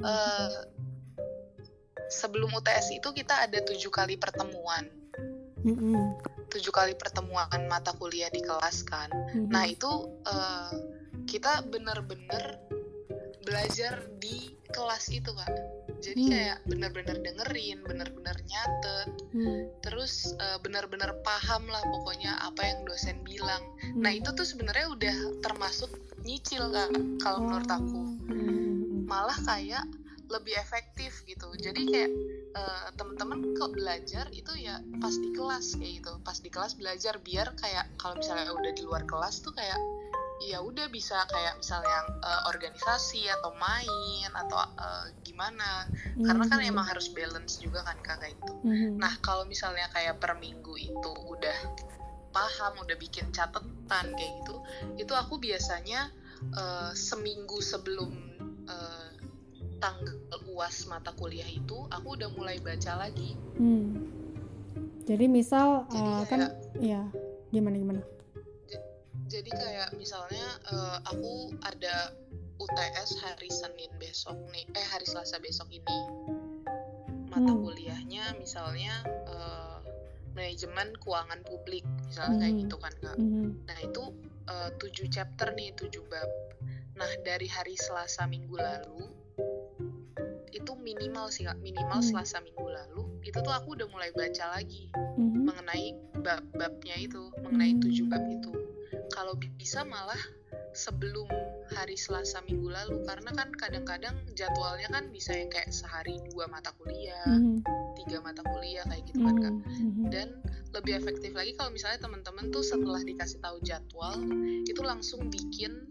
sebelum UTS itu kita ada 7 kali pertemuan. 7 kali pertemuan mata kuliah di kelas kan. Nah itu kita bener-bener belajar di kelas itu Kak. Jadi kayak benar-benar dengerin, benar-benar nyatet, terus benar-benar paham lah pokoknya apa yang dosen bilang. Nah itu tuh sebenarnya udah termasuk nyicil Kak, kalau menurut aku. Malah kayak lebih efektif gitu. Jadi kayak teman-teman kok belajar itu ya pas di kelas kayak gitu. Pas di kelas belajar, biar kayak kalau misalnya udah di luar kelas tuh kayak ya udah bisa kayak misalnya organisasi atau main atau gimana. Karena kan emang harus balance juga kan Kak, kayak gitu. Nah kalau misalnya kayak per minggu itu udah paham, udah bikin catatan kayak gitu, itu aku biasanya seminggu sebelum tanggal UAS mata kuliah itu aku udah mulai baca lagi. Jadi misal jadi kan ya gimana? Jadi kayak misalnya aku ada UTS hari Senin besok nih, hari Selasa besok ini mata kuliahnya misalnya manajemen keuangan publik misalnya kayak gitu kan Kak. Nah itu 7 chapter nih, 7 bab. Nah dari hari Selasa minggu lalu itu minimal sih Kak, minimal Selasa minggu lalu itu tuh aku udah mulai baca lagi mengenai bab-babnya itu, mengenai 7 bab itu. Kalau bisa malah sebelum hari Selasa minggu lalu, karena kan kadang-kadang jadwalnya kan bisa yang kayak sehari 2 mata kuliah, 3 mata kuliah kayak gitu kan Kak. Dan lebih efektif lagi kalau misalnya teman-teman tuh setelah dikasih tahu jadwal itu langsung bikin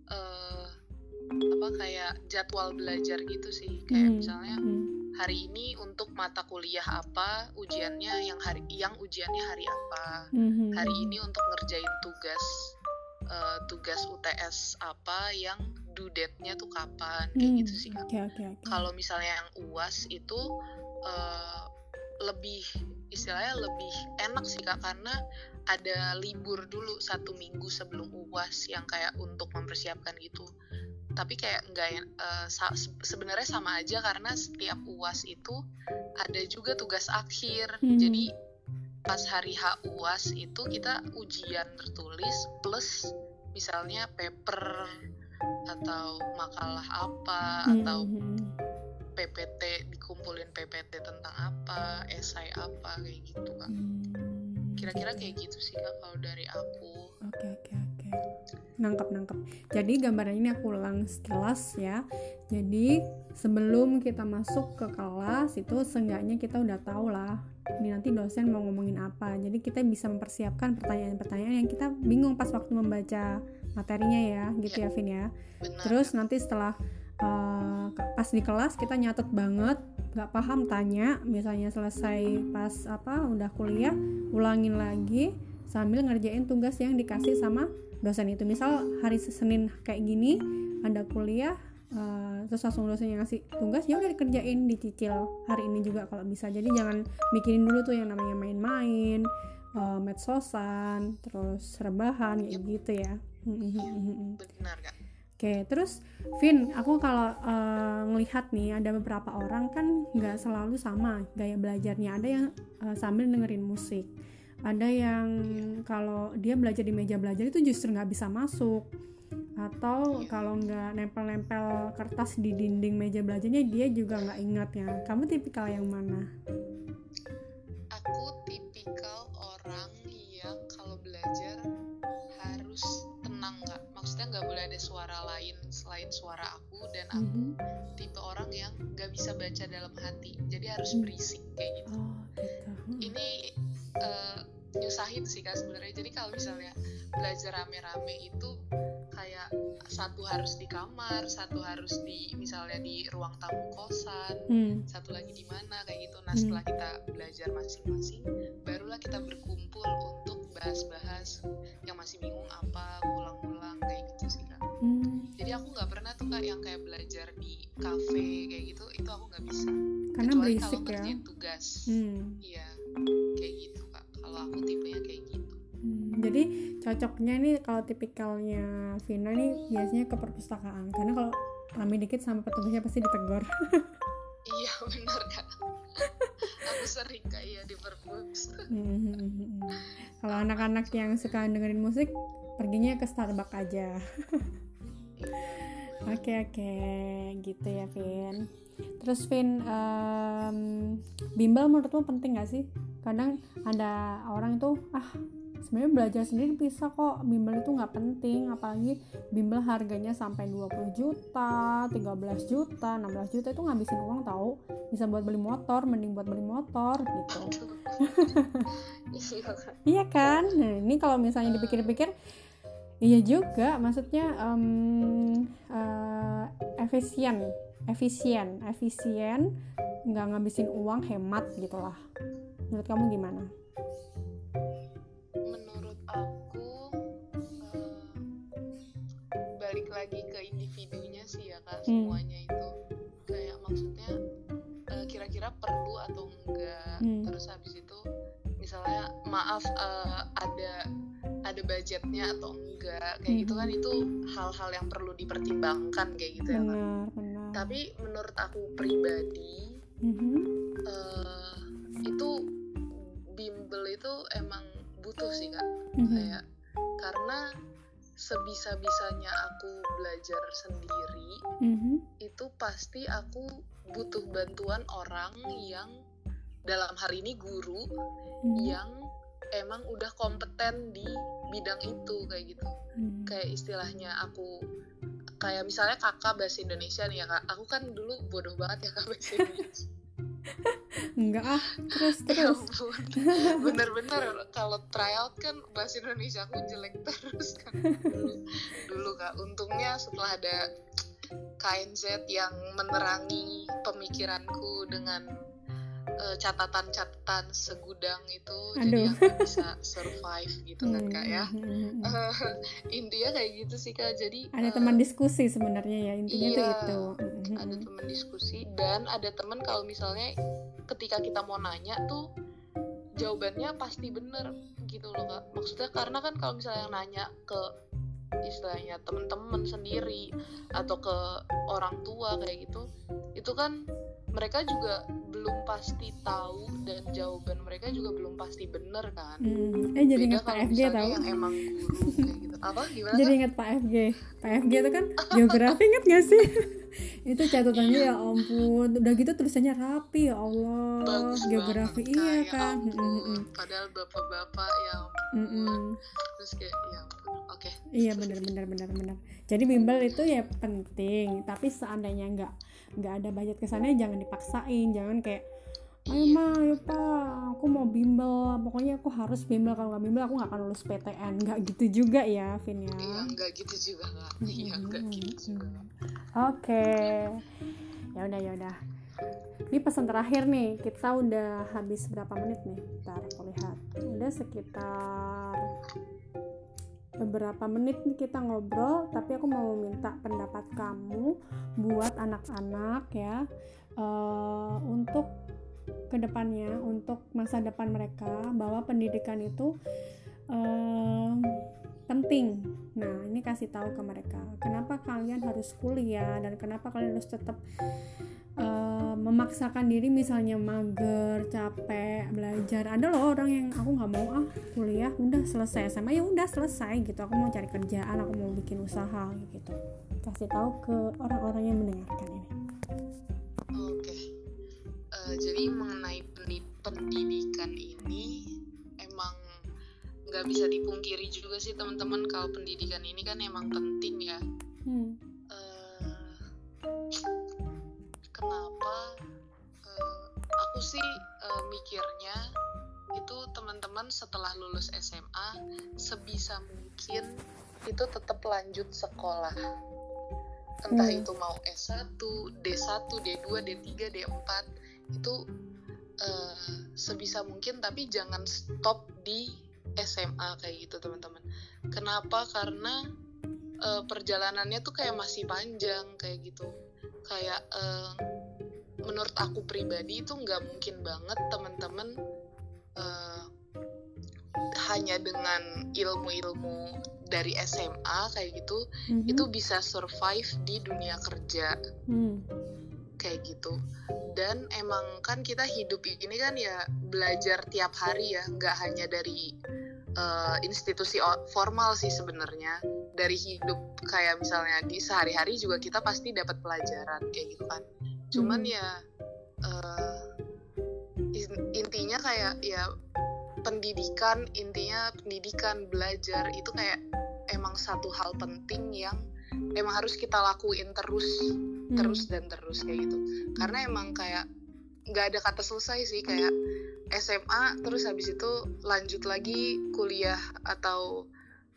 kayak jadwal belajar gitu sih, kayak misalnya hari ini untuk mata kuliah apa ujiannya, yang ujiannya hari apa, hari ini untuk ngerjain tugas UTS apa yang due date-nya tuh kapan, kayak gitu sih Kak. Okay. Kalau misalnya yang UAS itu lebih istilahnya lebih enak sih Kak, karena ada libur dulu 1 minggu sebelum UAS yang kayak untuk mempersiapkan gitu. Tapi kayak sebenarnya sama aja, karena setiap UAS itu ada juga tugas akhir. Jadi pas hari H UAS itu kita ujian tertulis plus misalnya paper atau makalah apa atau PPT, dikumpulin PPT tentang apa, esai apa, kayak gitu Kak. Kira-kira kayak gitu sih Kak kalau dari aku. Oke. Nangkep. Jadi gambaran ini aku ulang sekilas ya. Jadi sebelum kita masuk ke kelas itu seenggaknya kita udah tahu lah ini nanti dosen mau ngomongin apa. Jadi kita bisa mempersiapkan pertanyaan-pertanyaan yang kita bingung pas waktu membaca materinya ya, gitu ya Vin ya. Benar. Terus nanti setelah pas di kelas kita nyatet banget, nggak paham tanya, misalnya selesai pas udah kuliah ulangin lagi sambil ngerjain tugas yang dikasih sama dosen itu. Misal hari Senin kayak gini ada kuliah, terus langsung dosen yang ngasih tugas, ya udah dikerjain, dicicil hari ini juga kalau bisa. Jadi jangan mikirin dulu tuh yang namanya main-main, medsosan, terus rebahan kayak gitu ya. Benar Kak. Oke, terus Vin, aku kalau ngelihat nih ada beberapa orang kan nggak selalu sama gaya belajarnya. Ada yang sambil dengerin musik, ada yang kalau dia belajar di meja belajar itu justru nggak bisa masuk, atau kalau nggak nempel-nempel kertas di dinding meja belajarnya dia juga nggak ingatnya. Kamu tipikal yang mana? Aku tipikal orang yang kalau belajar harus tenang Kak. Maksudnya nggak boleh ada suara lain selain suara aku, dan aku tipe orang yang nggak bisa baca dalam hati, jadi harus berisik kayak gitu. Ini nyusahin sih Kak sebenarnya. Jadi kalau misalnya belajar rame-rame itu kayak satu harus di kamar, satu harus di misalnya di ruang tamu kosan, satu lagi di mana kayak gitu. Nah setelah kita belajar masing-masing, barulah kita berkumpul untuk bahas-bahas yang masih bingung apa, ulang-ulang kayak gitu sih Kak. Jadi aku nggak pernah tuh Kak yang kayak belajar di kafe kayak gitu, itu aku nggak bisa. Karena kecuali berisik kalau ya. ngerjain tugas. Iya, kayak gitu Kak. Kalau aku tipenya kayak gitu. Jadi cocoknya nih kalau tipikalnya Vina nih biasanya ke perpustakaan, karena kalau rame dikit sama petugasnya pasti ditegur. Iya benar Kak. Aku sering kayak di perpus. Kalau anak-anak yang suka dengerin musik, perginya ke Starbucks aja. Oke, gitu ya Vin. Terus Vin, bimbel menurutmu penting gak sih? Kadang ada orang itu sebenarnya belajar sendiri bisa kok, bimbel itu nggak penting, apalagi bimbel harganya sampai 20 juta, 13 juta, 16 juta, itu ngabisin uang tahu, bisa buat beli motor, mending buat beli motor gitu. Iya kan? Nah ini kalau misalnya dipikir-pikir, iya juga, maksudnya efisien, nggak ngabisin uang, hemat gitulah. Menurut kamu gimana? Menurut aku balik lagi ke individunya sih ya Kak, semuanya itu kayak maksudnya kira-kira perlu atau enggak. Terus habis itu misalnya maaf ada budgetnya atau enggak kayak gitu kan, itu hal-hal yang perlu dipertimbangkan kayak gitu ya Kak. Benar. Tapi menurut aku pribadi itu bimbel itu emang butuh sih Kak. Kayak karena sebisa-bisanya aku belajar sendiri, itu pasti aku butuh bantuan orang yang dalam hari ini guru yang emang udah kompeten di bidang itu kayak gitu. Kayak istilahnya aku kayak misalnya kakak bahasa Indonesia nih ya Kak, aku kan dulu bodoh banget ya Kak bahasa Indonesia. Enggak terus ya ampun, bener-bener kalau tryout kan bahasa Indonesia aku jelek terus kan dulu Kak. Untungnya setelah ada KNZ yang menerangi pemikiranku dengan catatan-catatan segudang itu, jadi aku bisa survive gitu kan Kak ya. Intinya kayak gitu sih Kak. Jadi ada teman diskusi sebenarnya ya, intinya iya, itu. Ada teman diskusi dan ada teman kalau misalnya ketika kita mau nanya tuh jawabannya pasti bener gitu loh Kak. Maksudnya karena kan kalau misalnya nanya ke istilahnya teman-teman sendiri atau ke orang tua kayak gitu, itu kan mereka juga belum pasti tahu dan jawaban mereka juga belum pasti bener kan. Jadi ingat Pak FG tahu yang emang guru kayak gitu. Apa gimana? Jadi ingat Pak FG itu kan geografi, ingat gak sih? Itu catatannya ya ampun, udah gitu tulisannya rapi, ya Allah. Bagus geografi banget, iya kan. Padahal bapak-bapak ya ampun. Terus kayak ya ampun. Oke. Iya benar. Jadi bimbel itu ya penting, tapi seandainya nggak ada budget kesana, jangan dipaksain, jangan kayak ayo pak aku mau bimbel, pokoknya aku harus bimbel, kalau nggak bimbel aku nggak akan lulus PTN, nggak gitu juga ya Vin ya. Iya nggak gitu juga Kak. Iya nggak gitu juga. Oke. Ya udah ini pesan terakhir nih, kita udah habis berapa menit nih, bentar aku lihat, udah sekitar beberapa menit nih kita ngobrol, tapi aku mau minta pendapat kamu buat anak-anak ya, untuk kedepannya, untuk masa depan mereka, bahwa pendidikan itu penting. Nah ini kasih tahu ke mereka kenapa kalian harus kuliah dan kenapa kalian harus tetap memaksakan diri, misalnya mager, capek, belajar. Ada loh orang yang aku nggak mau kuliah, udah selesai SMA ya udah selesai gitu, aku mau cari kerjaan, aku mau bikin usaha gitu. Kasih tahu ke orang-orang yang mendengarkan ini. Oke. Jadi mengenai pendidikan ini emang nggak bisa dipungkiri juga sih teman-teman, kalau pendidikan ini kan emang penting ya. Kenapa aku sih mikirnya itu teman-teman setelah lulus SMA sebisa mungkin itu tetap lanjut sekolah, entah itu mau S1, D1, D2, D3, D4, itu sebisa mungkin, tapi jangan stop di SMA kayak gitu teman-teman. Kenapa? Karena perjalanannya tuh kayak masih panjang kayak gitu. Kayak menurut aku pribadi itu nggak mungkin banget teman-teman hanya dengan ilmu-ilmu dari SMA kayak gitu itu bisa survive di dunia kerja kayak gitu. Dan emang kan kita hidup ini kan ya belajar tiap hari ya, nggak hanya dari institusi formal sih sebenarnya. Dari hidup kayak misalnya di sehari-hari juga kita pasti dapat pelajaran kayak gitu kan. Cuman ya intinya kayak ya pendidikan belajar itu kayak emang satu hal penting yang emang harus kita lakuin terus dan terus kayak gitu. Karena emang kayak nggak ada kata selesai sih, kayak SMA terus habis itu lanjut lagi kuliah atau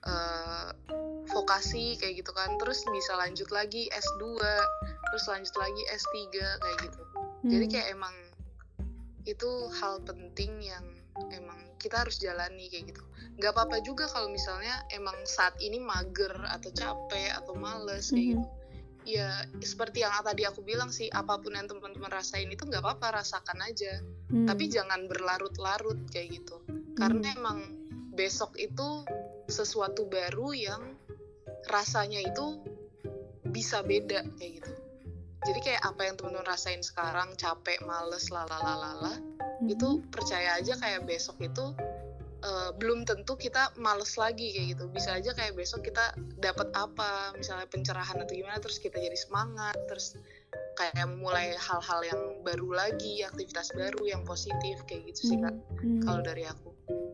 vokasi kayak gitu kan, terus bisa lanjut lagi S2, terus lanjut lagi S3 kayak gitu. Jadi kayak emang itu hal penting yang emang kita harus jalani kayak gitu. Nggak apa-apa juga kalau misalnya emang saat ini mager atau capek atau males kayak gitu. Ya seperti yang tadi aku bilang sih, apapun yang teman-teman rasain itu nggak apa-apa, rasakan aja. Tapi jangan berlarut-larut kayak gitu. Karena emang besok itu sesuatu baru yang rasanya itu bisa beda kayak gitu. Jadi kayak apa yang teman-teman rasain sekarang, capek, males, lalalala, itu percaya aja kayak besok itu belum tentu kita males lagi kayak gitu. Bisa aja kayak besok kita dapat apa, misalnya pencerahan atau gimana, terus kita jadi semangat, terus kayak mulai hal-hal yang baru lagi, aktivitas baru yang positif kayak gitu sih Kak. Kalau dari aku.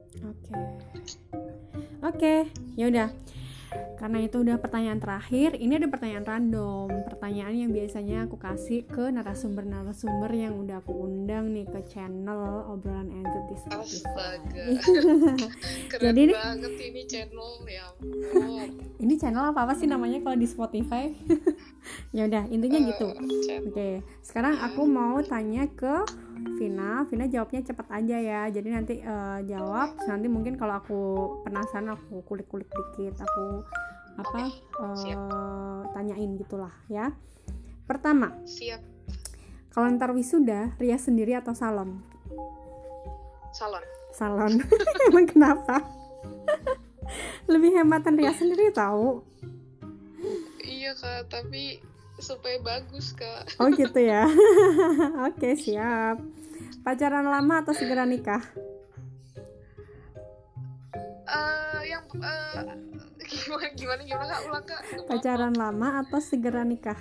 Oke, ya udah. Karena itu udah pertanyaan terakhir, ini ada pertanyaan random. Pertanyaan yang biasanya aku kasih ke narasumber-narasumber yang udah aku undang nih ke channel Obrolan NZ di Spotify. Astaga. Keren Jadi banget ini channel ya. Ini channel apa sih namanya kalau di Spotify? Ya udah, intinya gitu. Oke, sekarang aku mau tanya ke Vina jawabnya cepat aja ya. Jadi nanti jawab, nanti mungkin kalau aku penasaran aku kulik-kulik dikit, aku tanyain gitulah ya. Pertama, siap. Kalau ntar wisuda, rias sendiri atau salon? Salon. Emang kenapa? Lebih hematan rias sendiri tahu. Iya Kak, tapi supaya bagus Kak. Oh gitu ya. Oke, siap. Pacaran lama atau segera nikah? Gimana Kak, ulang Kak. Pacaran lama atau segera nikah?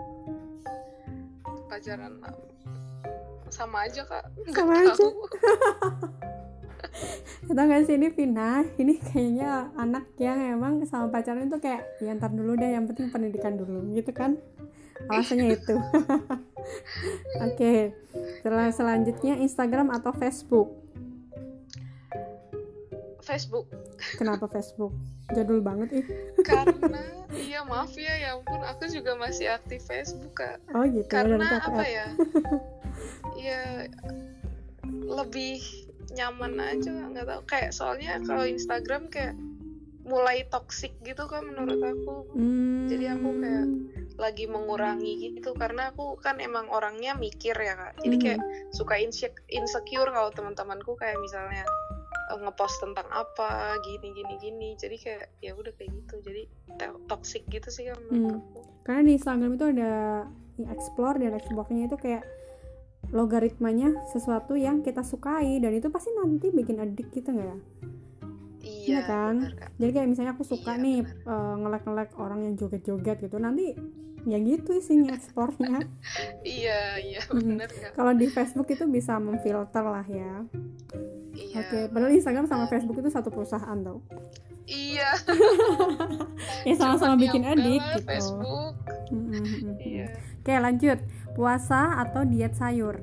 Pacaran lama. Sama aja Kak. Sama aja. Tahu gak sih ini Vina, ini kayaknya anak yang emang sama pacaran itu kayak ya ntar dulu deh, yang penting pendidikan dulu gitu kan, alasannya itu. Oke, selanjutnya Instagram atau Facebook? Facebook. Kenapa Facebook? Jadul banget Karena iya maaf ya ampun, aku juga masih aktif Facebook Kak. Oh gitu. Karena apa ya? Ya lebih nyaman aja, nggak tahu, kayak soalnya kalau Instagram kayak mulai toksik gitu kan menurut aku. Jadi aku kayak lagi mengurangi gitu, karena aku kan emang orangnya mikir ya Kak. Jadi kayak suka insecure kalau teman-temanku kayak misalnya ngepost tentang apa gini. Jadi kayak ya udah kayak gitu. Jadi toksik gitu sih kan menurut aku. Karena di Instagram itu ada explore dan explore-nya itu kayak logaritmanya sesuatu yang kita sukai, dan itu pasti nanti bikin addict gitu nggak ya? Iya kan? Bener, jadi kayak misalnya aku suka nih nge-like orang yang joget-joget gitu, nanti ya gitu isinya explore-nya. Iya bener kan. Kalau di Facebook itu bisa memfilter lah ya. Iya. Oke, padahal Instagram sama Facebook itu satu perusahaan tau. Iya. Ya sama-sama bikin addict gitu. Facebook. Iya. Oke, lanjut. Puasa atau diet sayur?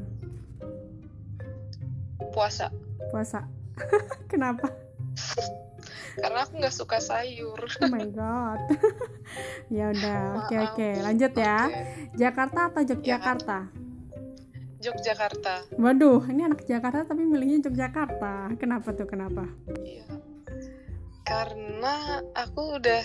Puasa. Kenapa? Karena aku nggak suka sayur. Oh my god. Ya udah, oke. Lanjut ya. Jakarta atau Yogyakarta? Yogyakarta. Waduh, ini anak Jakarta tapi milihnya Yogyakarta. Kenapa tuh? Iya. Karena aku udah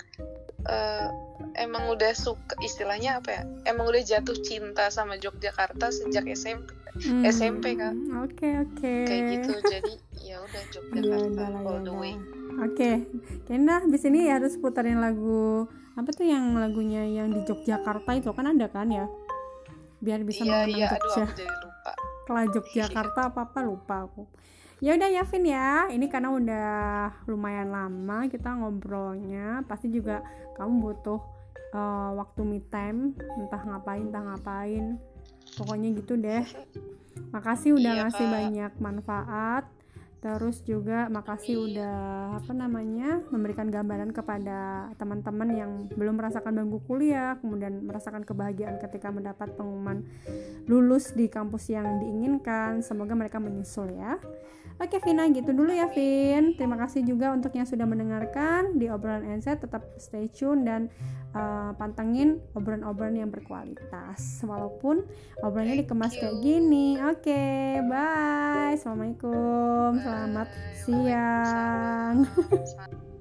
emang udah suka, istilahnya apa ya? Emang udah jatuh cinta sama Yogyakarta sejak SMP kan. Oke. Kayak gitu, jadi ya udah Yogyakarta all the way. Oke. Kayaknya habis ini ya harus putarin lagu apa tuh yang lagunya yang di Yogyakarta itu kan ada kan ya? Biar bisa mengenang Jogja. Aduh aku jadi lupa. Kalau Yogyakarta apa lupa aku. Ya udah ya Vin ya, ini karena udah lumayan lama kita ngobrolnya, pasti juga kamu butuh waktu me time, entah ngapain, pokoknya gitu deh. Makasih udah ngasih banyak manfaat. Terus juga makasih udah memberikan gambaran kepada teman-teman yang belum merasakan bangku kuliah, kemudian merasakan kebahagiaan ketika mendapat pengumuman lulus di kampus yang diinginkan. Semoga mereka menyusul ya. Oke Vina, gitu dulu ya Vin. Terima kasih juga untuk yang sudah mendengarkan di obrolan NZ. Tetap stay tune dan pantengin obrolan-obrolan yang berkualitas, walaupun obrolannya dikemas kayak gini. Oke, bye. Assalamualaikum. Selamat siang.